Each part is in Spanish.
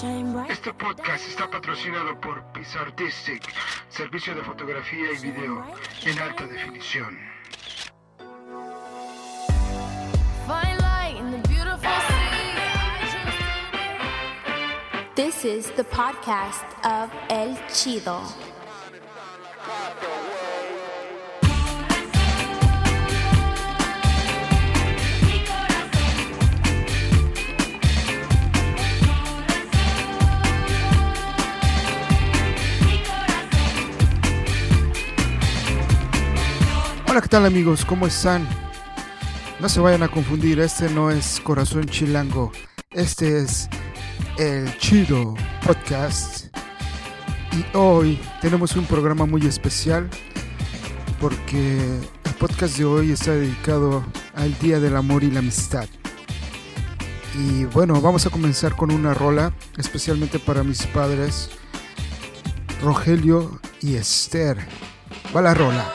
Este podcast está patrocinado por Pizza Artistic, servicio de fotografía y video en alta definición. This is the podcast of El Chido. Hola, ¿qué tal amigos? ¿Cómo están? No se vayan a confundir, este no es Corazón Chilango, este es El Chido Podcast. Y hoy tenemos un programa muy especial porque el podcast de hoy está dedicado al Día del Amor y la Amistad. Y bueno, vamos a comenzar con una rola especialmente para mis padres, Rogelio y Esther. Va la rola.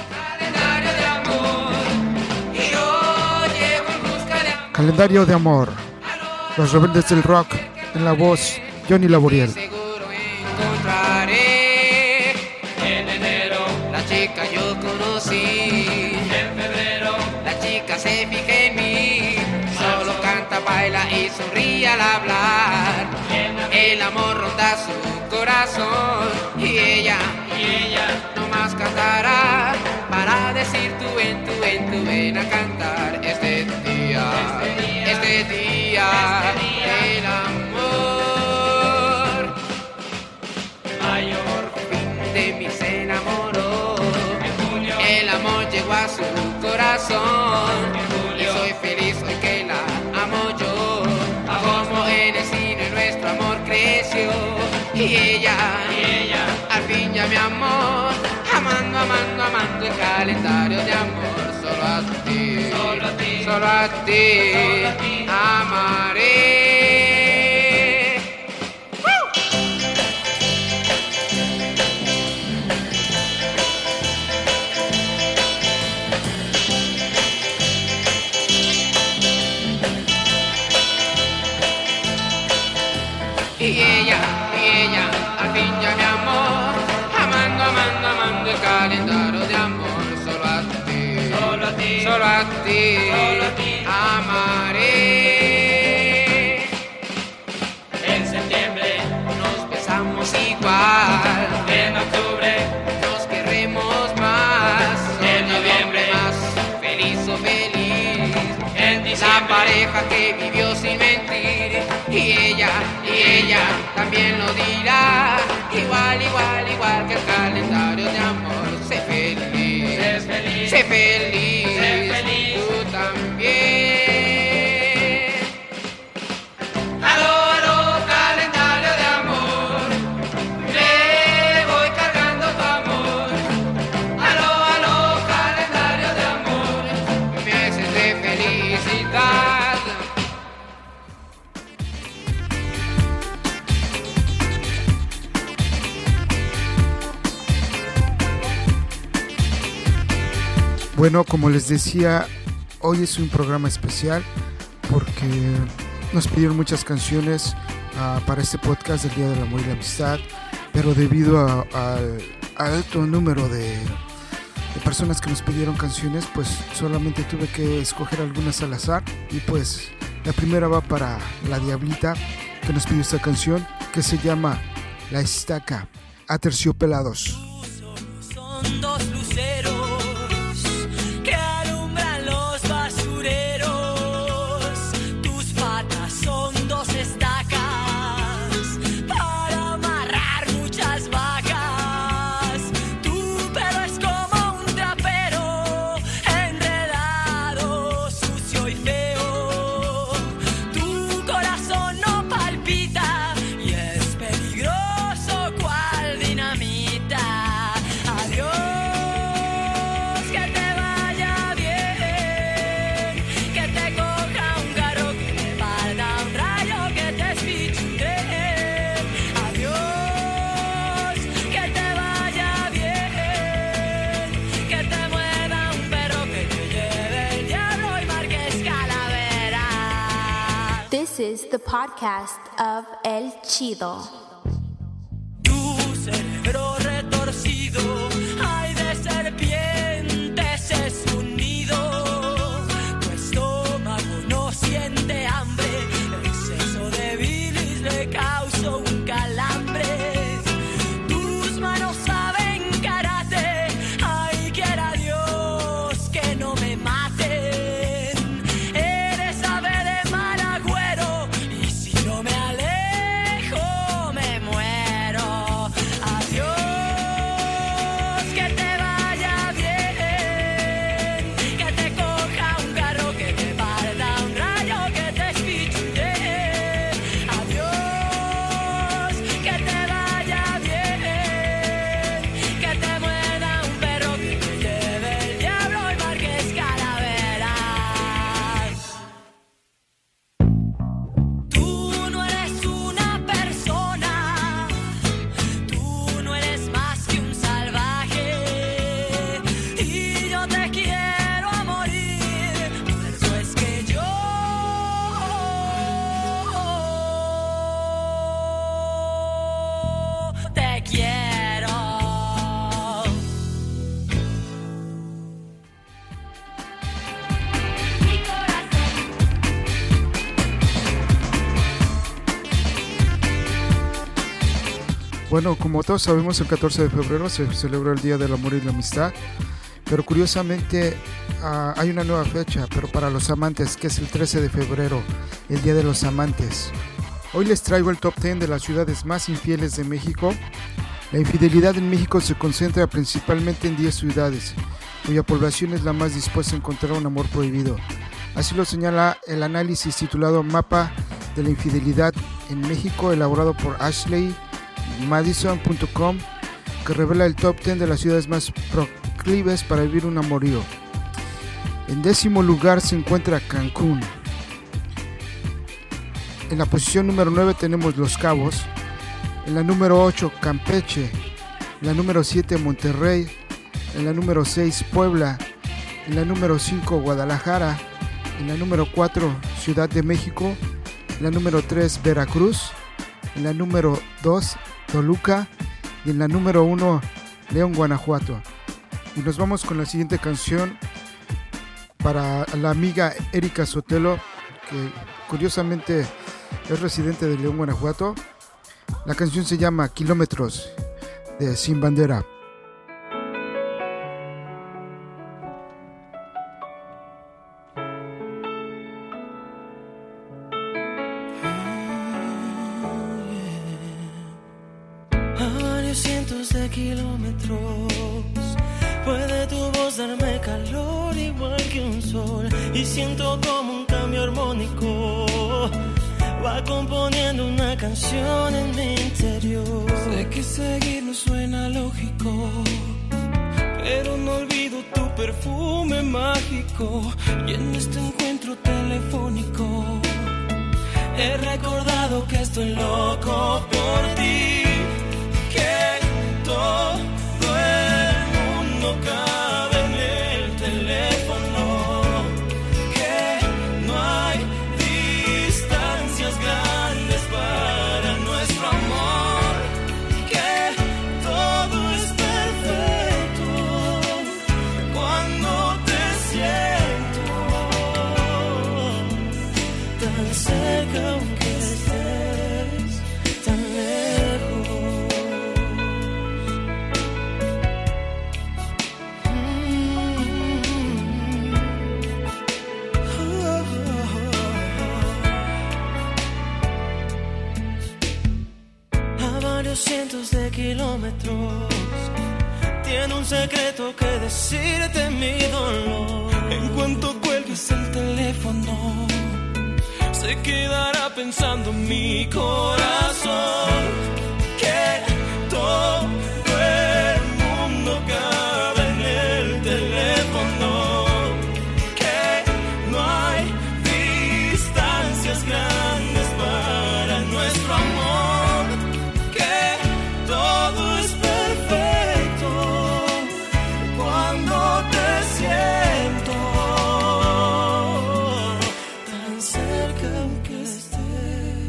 Calendario de amor. Los rebeldes del rock. En la voz, Johnny Laboriel. Seguro encontraré. En enero la chica yo conocí. En febrero la chica se fija en mí. Solo canta, baila y sonríe al hablar. El amor ronda su corazón. Y ella nomás cantará para decir tú ven a cantar este día del amor. Mayor fin de mí se enamoró. El amor llegó a su corazón. Y soy feliz hoy que la amo yo. Como en el cine nuestro amor creció. Y ella al fin ya me amó. Amando el calendario de amor. Solo a ti amaré. Y ella al fin ya me amó. Amando el calendario de amor. Solo a ti amaré. En septiembre nos besamos igual. En octubre nos querremos más. En noviembre más feliz. En diciembre la pareja que vivió sin mentir. Y ella también lo dirá. Igual que el calendario de amor. Sé feliz, tú también. Aló, calendario de amor. Me voy cargando tu amor. Aló, calendario de amor. Me haces de felicidad. Bueno, como les decía, hoy es un programa especial porque nos pidieron muchas canciones para este podcast del Día del Amor y la Amistad, pero debido al alto número de personas que nos pidieron canciones, pues solamente tuve que escoger algunas al azar. Y pues la primera va para la Diablita, que nos pidió esta canción que se llama La Estaca, Aterciopelados. Son dos luceros que alumbran los basureros. Tus patas son dos estacas para amarrar muchas vacas. Tu pelo es como un trapero enredado, sucio y feo. Tu corazón no palpita y es peligroso cual dinamita. Adiós. podcast of El Chido. Tu cerebro retorcido, ay de serpientes es un nido. Tu estómago no siente hambre, exceso de bilis le causó un calambre. Tus manos saben karate, ay quiera Dios que no me maten. Eres ave de mal agüero y si no me alejo me muero. Adiós, que te vaya bien, que te coja un carro, que te parta un rayo, que te espichule. Adiós, que te vaya bien, que te muerda un perro, que te lleve el diablo y marques calaveras. Tú no eres una persona, tú no eres más que un salvaje, y yo te quiero a morir, muerto es que yo te quiero. Mi corazón. Bueno, como todos sabemos, el 14 de febrero se celebra el Día del Amor y la Amistad, pero curiosamente hay una nueva fecha, pero para los amantes, que es el 13 de febrero, el Día de los Amantes. Hoy les traigo el top 10 de las ciudades más infieles de México. La infidelidad en México se concentra principalmente en 10 ciudades, cuya población es la más dispuesta a encontrar un amor prohibido. Así lo señala el análisis titulado Mapa de la Infidelidad en México, elaborado por AshleyMadison.com, que revela el top 10 de las ciudades más proclives para vivir un amorío. En 10º lugar se encuentra Cancún. En la posición número 9 tenemos Los Cabos. En la número 8 Campeche. En la número 7 Monterrey. En la número 6 Puebla. En la número 5 Guadalajara. En la número 4 Ciudad de México. En la número 3 Veracruz. En la número 2 Toluca. Y en la número 1 León, Guanajuato. Y nos vamos con la siguiente canción para la amiga Erika Sotelo, que curiosamente es residente de León, Guanajuato. La canción se llama Kilómetros, de Sin Bandera. A varios cientos de kilómetros puede tu voz darme calor igual que un sol, y siento como un cambio armónico va componiendo una canción en mi interior. Sé que seguir no suena lógico, pero no olvido tu perfume mágico, y en este encuentro telefónico he recordado que estoy loco por ti, que todo el mundo cabe en el teléfono, que no hay distancias grandes para nuestro amor, que todo es perfecto cuando te siento tan cerca aunque estés tan lejos. A varios cientos de kilómetros tiene un secreto que decirte mi dolor. En cuanto cuelgues el teléfono se quedará pensando mi corazón, que todo el mundo cabe en el teléfono, que no hay distancias grandes para nuestro amor, que todo es perfecto cuando te siento tan cerca aunque estés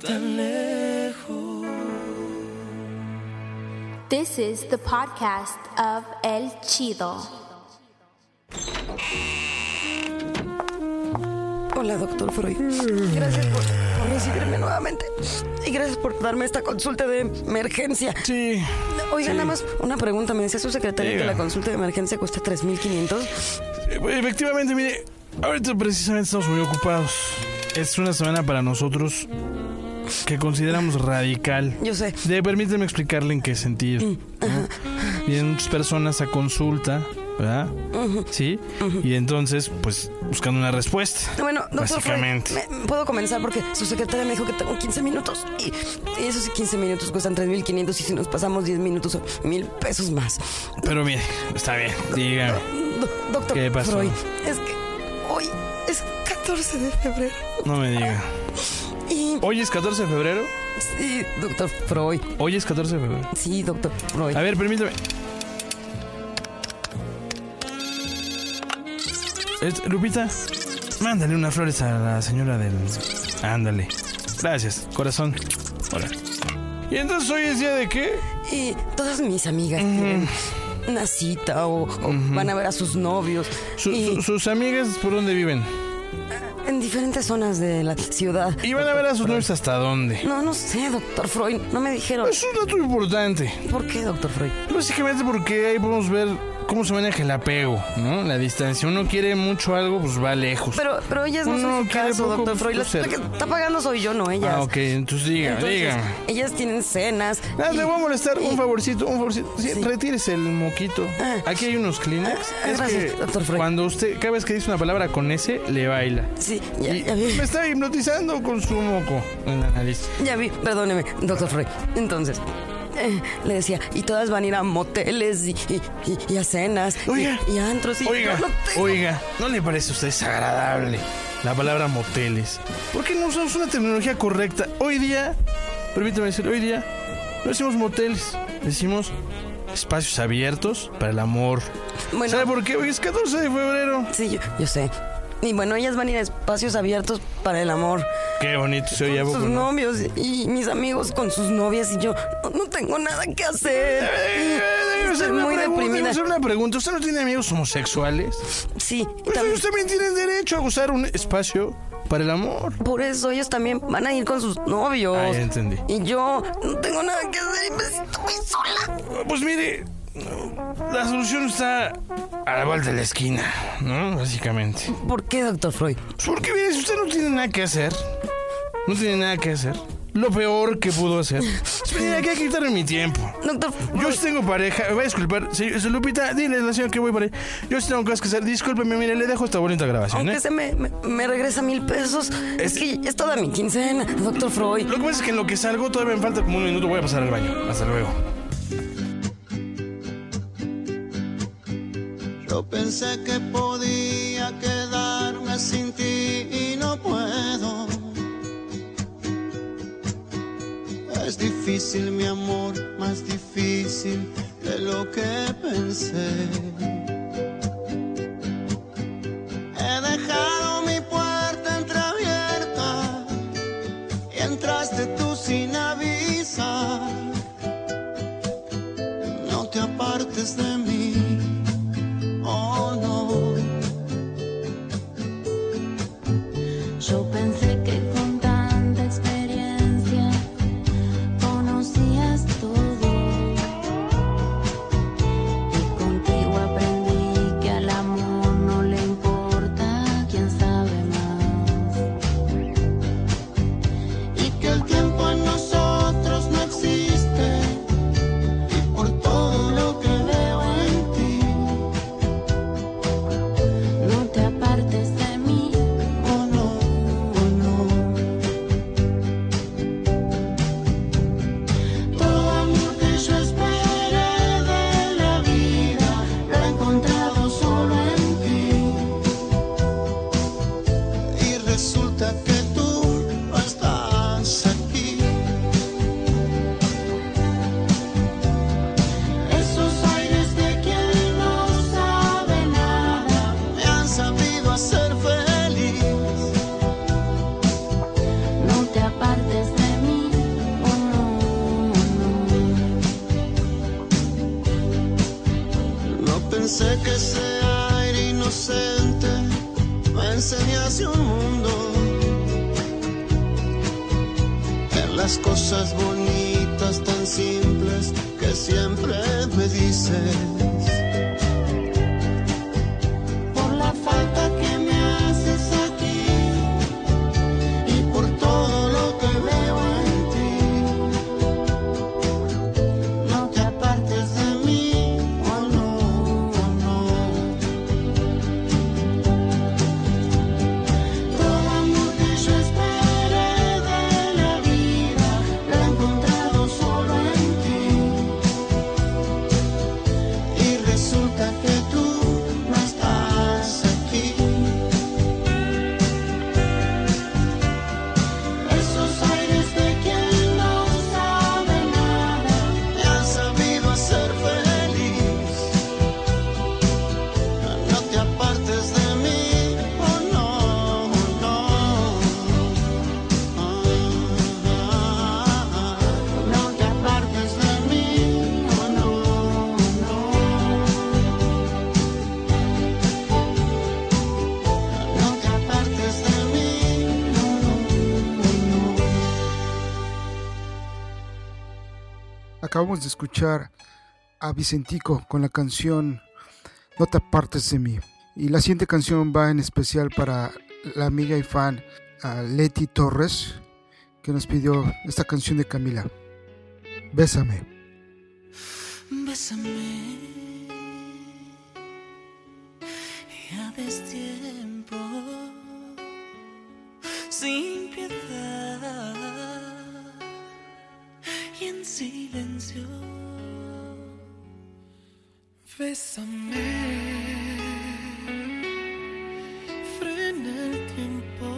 tan lejos. This is the podcast of El Chido. Hola, doctor Freud. Gracias por recibirme nuevamente. Y gracias por darme esta consulta de emergencia. Sí. Oiga, sí. nada más una pregunta. Me decía su secretaria Diga. que la consulta de emergencia cuesta 3,500. Efectivamente, mire, ahorita precisamente estamos muy ocupados. Es una semana para nosotros que consideramos radical. Yo sé. Permíteme explicarle en qué sentido. ¿no? Vienen muchas personas a consulta, ¿verdad? Sí. Y entonces, pues, buscando una respuesta. Bueno, doctor Freud, básicamente. puedo comenzar porque su secretaria me dijo que tengo 15 minutos. Y esos 15 minutos cuestan 3,500 y si nos pasamos 10 minutos son 1,000 pesos más. Pero mire, está bien, dígame. Doctor ¿Qué pasó? Freud, es que hoy es 14 de febrero. No me diga. Y ¿Hoy es 14 de febrero? sí, doctor Freud. Hoy es 14 de febrero. Sí, doctor Freud. A ver, permítame. Lupita, mándale unas flores a la señora del... Ándale. Gracias, corazón. Hola. ¿Y entonces hoy es día de qué? Y todas mis amigas tienen una cita o van a ver a sus novios. Y ¿Sus amigas por dónde viven? en diferentes zonas de la ciudad. ¿Y van a ver a sus novios hasta dónde? No sé, doctor Freud. No me dijeron. Es un dato importante. ¿Por qué, doctor Freud? Básicamente porque ahí podemos ver cómo se maneja el apego, ¿no? La distancia. Uno quiere mucho algo, pues va lejos. Pero ellas no Uno son su quiere caso, poco, doctor Freud. pues, La que está pagando soy yo, no ellas. Ah, ok. Entonces dígame. Ellas tienen cenas. Le voy a molestar un favorcito. Sí, Sí. retírese el moquito. Aquí hay unos Kleenex. Gracias, doctor Freud. Cuando usted, cada vez que dice una palabra con S, le baila. Sí, Y ya vi. me está hipnotizando con su moco en la nariz. Ya vi, perdóneme, doctor Freud. Entonces, le decía, y todas van a ir a moteles y a cenas. Oiga. Y a antros. Y yo no tengo. Oiga, ¿no le parece a usted desagradable la palabra moteles? ¿Por qué no usamos una terminología correcta? Hoy día, permítame decir, hoy día no decimos moteles, decimos espacios abiertos para el amor. Bueno. ¿Sabe por qué? Hoy es 14 de febrero. Sí, yo sé. Y bueno, ellas van a ir a espacios abiertos para el amor. Qué bonito se oye, ¿a Con poco sus no? novios y mis amigos con sus novias y yo no tengo nada que hacer. Estoy muy deprimida. Debe hacer una pregunta. ¿Usted no tiene amigos homosexuales? Sí, Pues ellos también tienen derecho a gozar un espacio para el amor. por eso ellos también van a ir con sus novios. Ah, ya entendí. Y yo no tengo nada que hacer y me siento muy sola. Pues mire, la solución está a la vuelta de la esquina, ¿no? Básicamente. ¿Por qué, doctor Freud? Pues porque, mire, si usted no tiene nada que hacer, lo peor que pudo hacer es venir aquí a quitarme mi tiempo. Doctor Freud. Yo sí tengo pareja, me va a disculpar. Lupita, dile a la señora que voy para ahí. Yo sí tengo cosas que hacer. Discúlpeme, mire, le dejo esta bonita grabación, Aunque se me regresa 1,000 pesos. Es que es toda mi quincena, doctor Freud. Lo que pasa es que en lo que salgo todavía me falta como un minuto. Voy a pasar al baño. Hasta luego. Yo pensé que podía quedarme sin ti y no puedo. Es difícil, mi amor, más difícil de lo que pensé. He dejado mi puerta entreabierta y entraste tú sin avisar. No te apartes de mí. Oh, no. Yo pensé que con tanta experiencia conocías todo y contigo aprendí que al amor no le importa quién sabe más Y que el tiempo en nosotros no existe. Y por todo lo que veo en ti, no te apartes de mí. oh no, oh no. Todo amor que yo esperé de la vida lo he encontrado solo en ti. Y resulta que tú no estás aquí. Esos aires de quien no sabe nada me han sabido hacer feliz. No te apartes de mí. mundo, en las cosas bonitas tan simples que siempre me dices, por la falta que me haces aquí y por todo lo que veo en ti. No te apartes de mí, oh no, oh no. Todo amor que yo esperé de la vida lo he encontrado solo en ti. Y resulta que tú no estás aquí. Esos aires de quien no sabe nada me han sabido hacer feliz. No te apartes de mí, oh no, oh no. No te apartes de mí, oh no, no. No te apartes de mí, no, no, no. Acabamos de escuchar a Vicentico con la canción No te apartes de mí. Y la siguiente canción va en especial para la amiga y fan Leti Torres, que nos pidió esta canción de Camila. Bésame. Bésame, ya destiempo, sin piedad y en silencio. Bésame, frena el tiempo,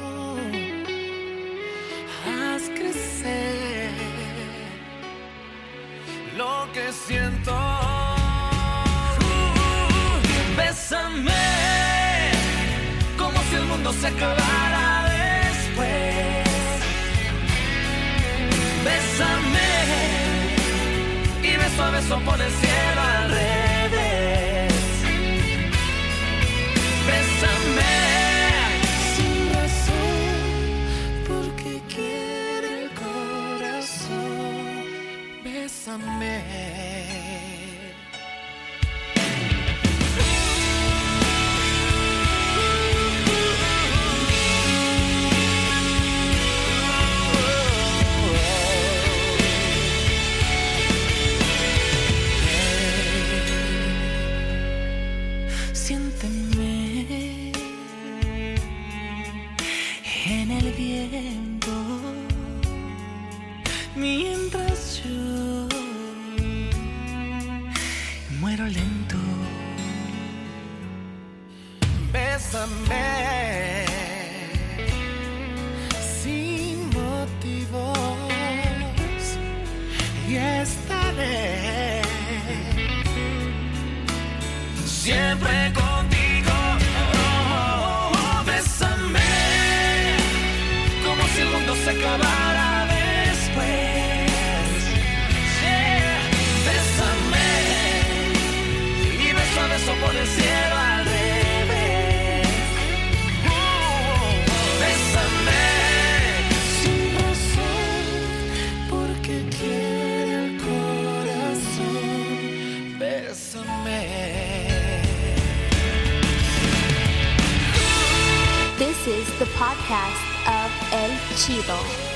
haz crecer lo que siento. Bésame, como si el mundo se acabara después. Bésame, y beso a beso por el cielo al revés. Bésame, sin razón, porque quiere el corazón. Bésame. Siénteme en el viento mientras yo muero lento. Bésame sin motivos y estaré siempre contigo. Bésame, como si el mundo se acabara después. Yeah. Bésame, y beso a beso por el cielo al revés. Bésame, sin razón, porque quiere el corazón. Bésame. This is the podcast of El Chido.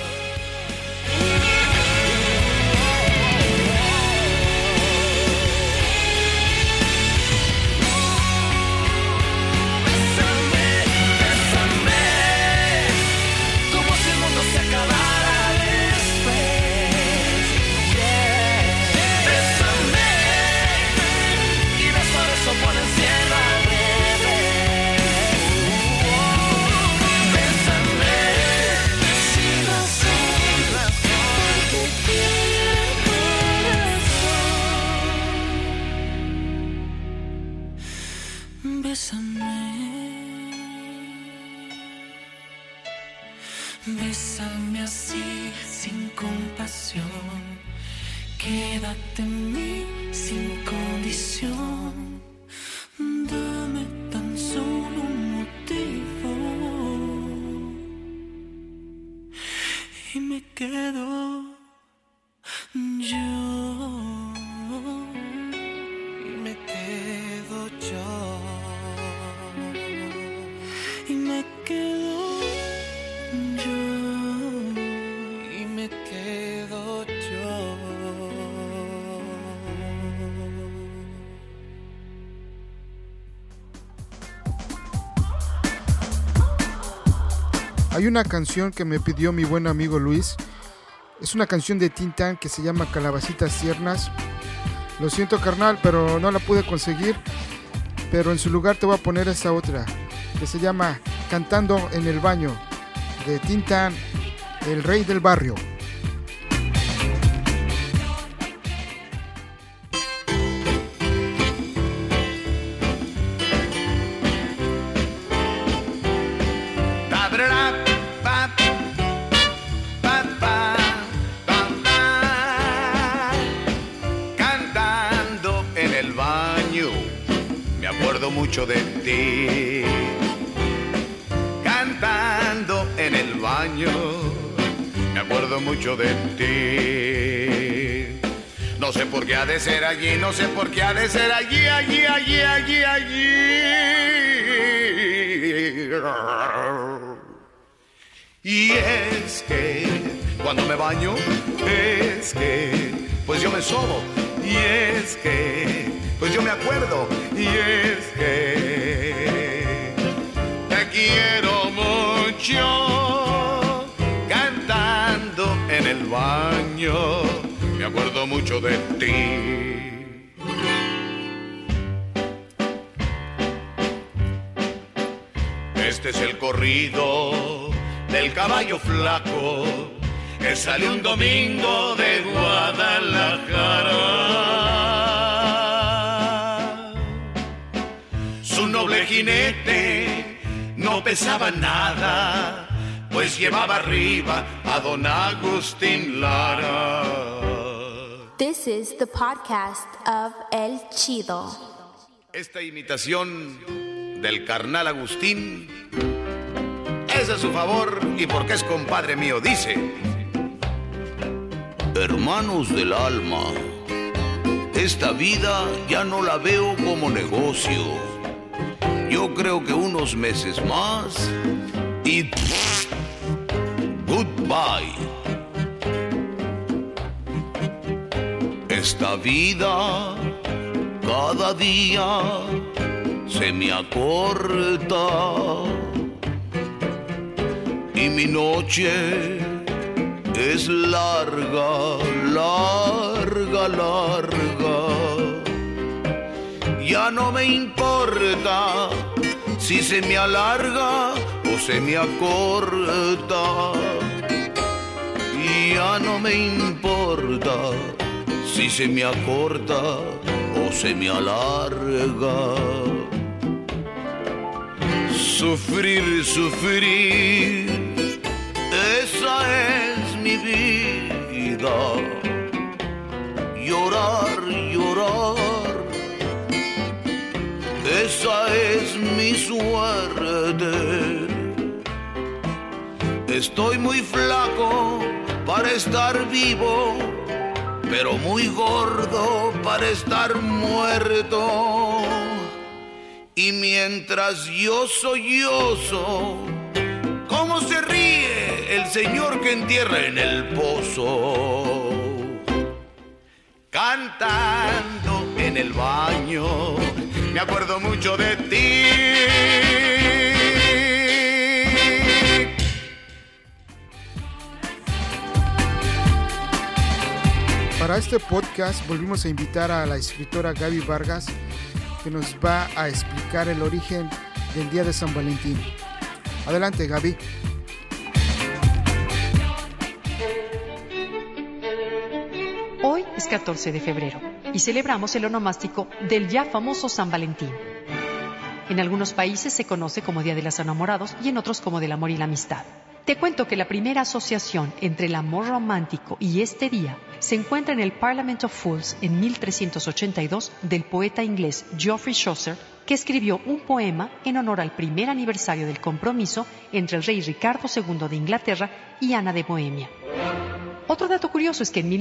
Bésame, bésame, como si el mundo se acabara después. Yeah. Bésame, y beso a beso por el cielo al revés. Bésame, sin razón, porque quiere el corazón. Bésame. Bésame así, sin compasión. Quédate en mí, sin condición. Dame tan solo un motivo. y me quedo yo. Y me quedo yo. Y me quedo yo. Y me quedo yo. Hay una canción que me pidió mi buen amigo Luis. Es una canción de Tintán que se llama Calabacitas Tiernas. Lo siento, carnal, pero no la pude conseguir. Pero en su lugar te voy a poner esta otra, que se llama Cantando en el Baño, de Tintán, el rey del barrio. Cantando en el baño, me acuerdo mucho de ti. Cantando en el baño, me acuerdo mucho de ti. No sé por qué ha de ser allí, no sé por qué ha de ser allí, allí. Y es que cuando me baño, es que pues yo me sobo. Y es que pues yo me acuerdo. Y es que te quiero mucho. Cantando en el baño, me acuerdo mucho de ti. Este es el corrido del caballo flaco que salió un domingo de Guadalajara. Su noble jinete no pesaba nada, pues llevaba arriba a don Agustín Lara. This is the podcast of El Chido. Esta imitación del carnal Agustín es a su favor y porque es compadre mío, dice: hermanos del alma, esta vida ya no la veo como negocio. Yo creo que unos meses más y goodbye. Esta vida cada día se me acorta y mi noche es larga, larga, larga. Ya no me importa si se me alarga o se me acorta. Ya no me importa si se me acorta o se me alarga. Sufrir, sufrir, esa es mi vida. Llorar, llorar, esa es mi suerte. Estoy muy flaco para estar vivo, pero muy gordo para estar muerto. Y mientras yo sollozo, ¿cómo se ríe el señor que entierra en el pozo? Cantando en el baño, me acuerdo mucho de ti. Para este podcast volvimos a invitar a la escritora Gaby Vargas, que nos va a explicar el origen del Día de San Valentín. Adelante, Gaby. Hoy es 14 de febrero y celebramos el onomástico del ya famoso San Valentín. En algunos países se conoce como Día de los Enamorados y en otros como del Amor y la Amistad. Te cuento que la primera asociación entre el amor romántico y este día se encuentra en el Parliament of Fools en 1382 del poeta inglés Geoffrey Chaucer que escribió un poema en honor al primer aniversario del compromiso entre el rey Ricardo II de Inglaterra y Ana de Bohemia. Otro dato curioso es que en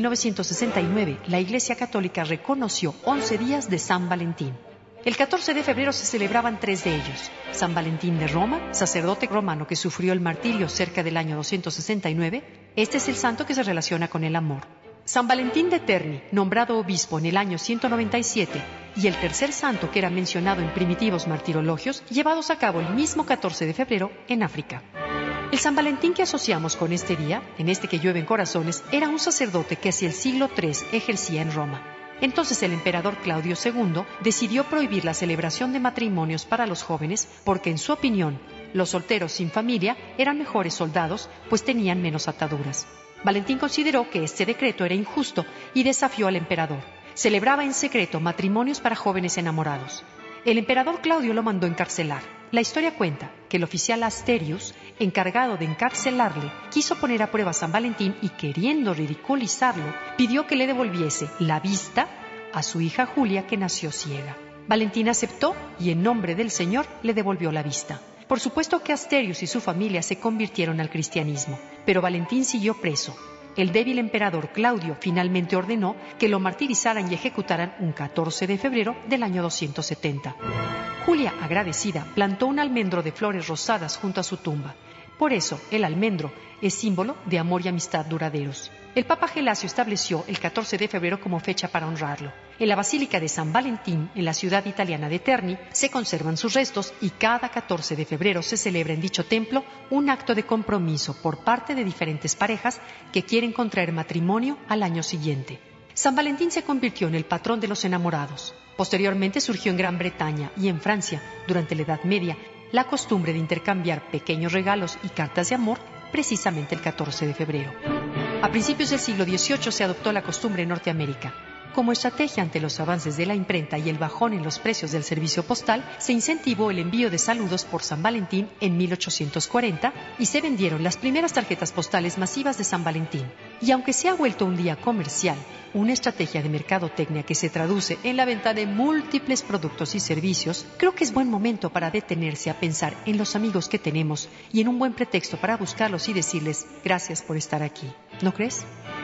1969 la Iglesia Católica reconoció 11 días de San Valentín. El 14 de febrero se celebraban 3 de ellos. San Valentín de Roma, sacerdote romano que sufrió el martirio cerca del año 269. Este es el santo que se relaciona con el amor. San Valentín de Terni, nombrado obispo en el año 197, y el tercer santo que era mencionado en primitivos martirologios, llevados a cabo el mismo 14 de febrero en África. El San Valentín que asociamos con este día, en este que llueven corazones, era un sacerdote que hacia el siglo III ejercía en Roma. Entonces el emperador Claudio II decidió prohibir la celebración de matrimonios para los jóvenes porque, en su opinión, los solteros sin familia eran mejores soldados, pues tenían menos ataduras. Valentín consideró que este decreto era injusto y desafió al emperador. Celebraba en secreto matrimonios para jóvenes enamorados. El emperador Claudio lo mandó encarcelar. La historia cuenta que el oficial Asterius, encargado de encarcelarle, quiso poner a prueba a San Valentín y, queriendo ridiculizarlo, pidió que le devolviese la vista a su hija Julia, que nació ciega. Valentín aceptó y, en nombre del Señor, le devolvió la vista. Por supuesto que Asterius y su familia se convirtieron al cristianismo, pero Valentín siguió preso. El débil emperador Claudio finalmente ordenó que lo martirizaran y ejecutaran un 14 de febrero del año 270. Julia, agradecida, plantó un almendro de flores rosadas junto a su tumba. Por eso, el almendro es símbolo de amor y amistad duraderos. El Papa Gelasio estableció el 14 de febrero como fecha para honrarlo. En la Basílica de San Valentín, en la ciudad italiana de Terni, se conservan sus restos y cada 14 de febrero se celebra en dicho templo un acto de compromiso por parte de diferentes parejas que quieren contraer matrimonio al año siguiente. San Valentín se convirtió en el patrón de los enamorados. Posteriormente surgió en Gran Bretaña y en Francia, durante la Edad Media, la costumbre de intercambiar pequeños regalos y cartas de amor precisamente el 14 de febrero. A principios del siglo XVIII se adoptó la costumbre en Norteamérica. Como estrategia ante los avances de la imprenta y el bajón en los precios del servicio postal, se incentivó el envío de saludos por San Valentín en 1840 y se vendieron las primeras tarjetas postales masivas de San Valentín. Y aunque se ha vuelto un día comercial, una estrategia de mercadotecnia que se traduce en la venta de múltiples productos y servicios, creo que es buen momento para detenerse a pensar en los amigos que tenemos y en un buen pretexto para buscarlos y decirles gracias por estar aquí. ¿No crees?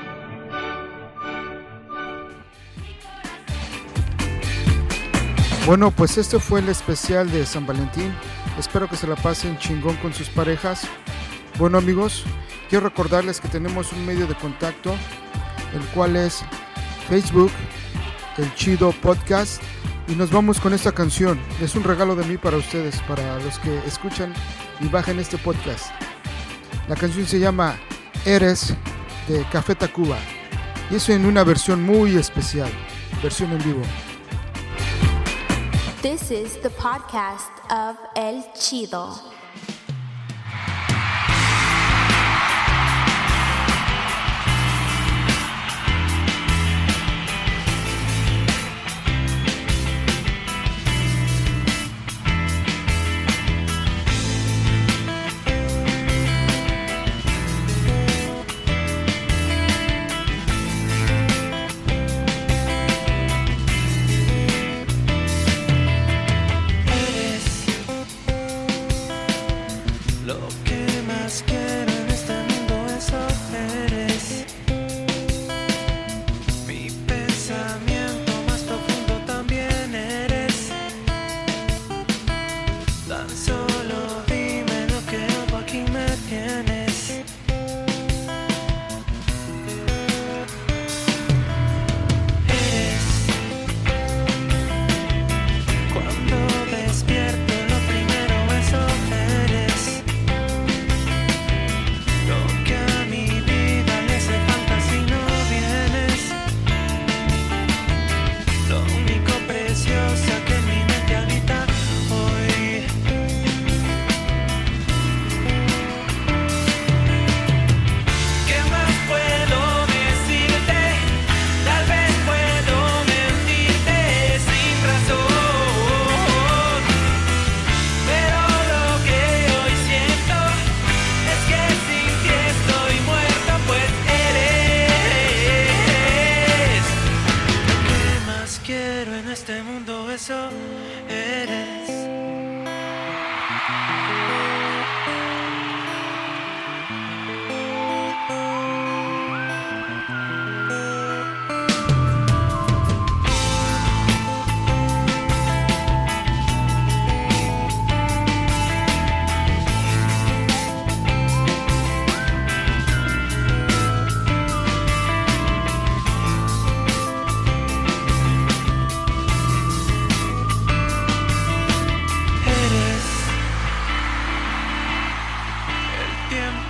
Bueno, pues este fue el especial de San Valentín. Espero que se la pasen chingón con sus parejas. Bueno, amigos, quiero recordarles que tenemos un medio de contacto, el cual es Facebook, El Chido Podcast. Y nos vamos con esta canción. Es un regalo de mí para ustedes, para los que escuchan y bajen este podcast. La canción se llama Eres, de Café Tacuba. Y eso en una versión muy especial, versión en vivo. This is the podcast of El Chido.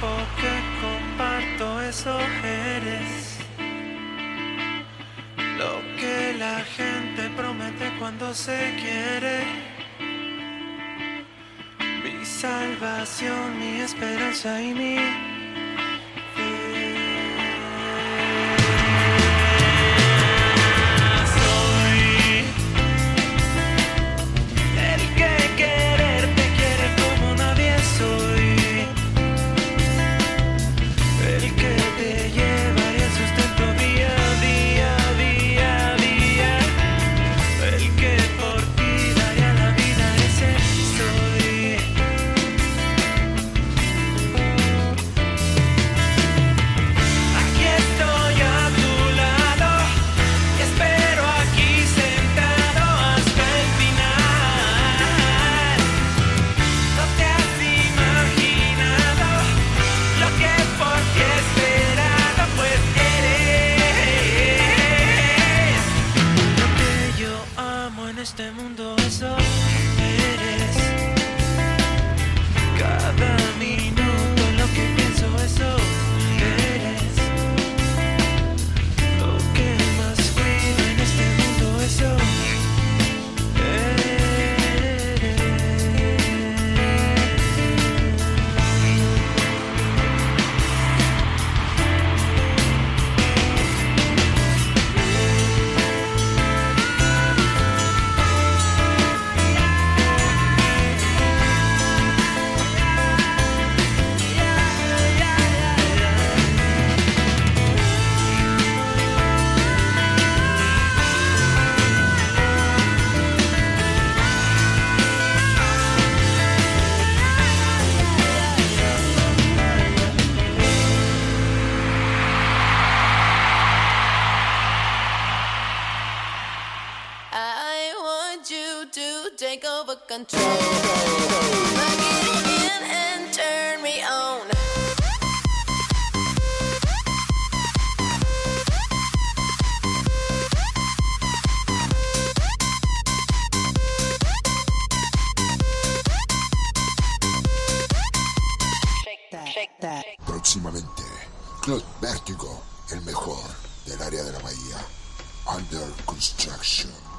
tiempo que comparto, eso eres. Lo que la gente promete cuando se quiere. Mi salvación, mi esperanza y mi este mundo, eso eres. Cada minuto lo que pienso, eso eres. Lo que más cuido en este mundo, eso take over control. Plug it in and turn me on. Shake that. Próximamente, Club Vértigo, el mejor del área de la bahía. Under construction.